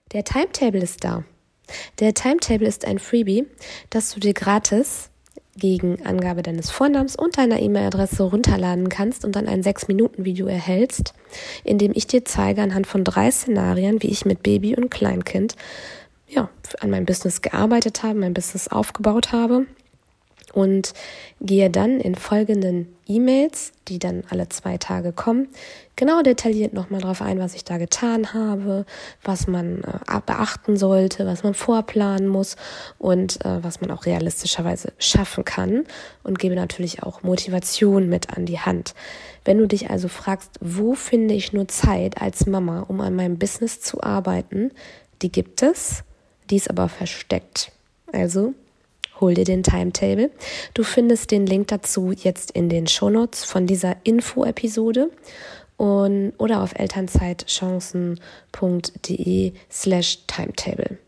Der Timetable ist da. Der Timetable ist ein Freebie, das du dir gratis gegen Angabe deines Vornamens und deiner E-Mail-Adresse runterladen kannst und dann ein 6-Minuten-Video erhältst, in dem ich dir zeige anhand von 3 Szenarien, wie ich mit Baby und Kleinkind an meinem Business gearbeitet habe, mein Business aufgebaut habe. Und gehe dann in folgenden E-Mails, die dann alle 2 Tage kommen, genau detailliert nochmal drauf ein, was ich da getan habe, was man beachten sollte, was man vorplanen muss und was man auch realistischerweise schaffen kann, und gebe natürlich auch Motivation mit an die Hand. Wenn du dich also fragst, wo finde ich nur Zeit als Mama, um an meinem Business zu arbeiten, die gibt es, die ist aber versteckt. Also hol dir den Timetable. Du findest den Link dazu jetzt in den Shownotes von dieser Info-Episode oder auf elternzeitchancen.de/Timetable.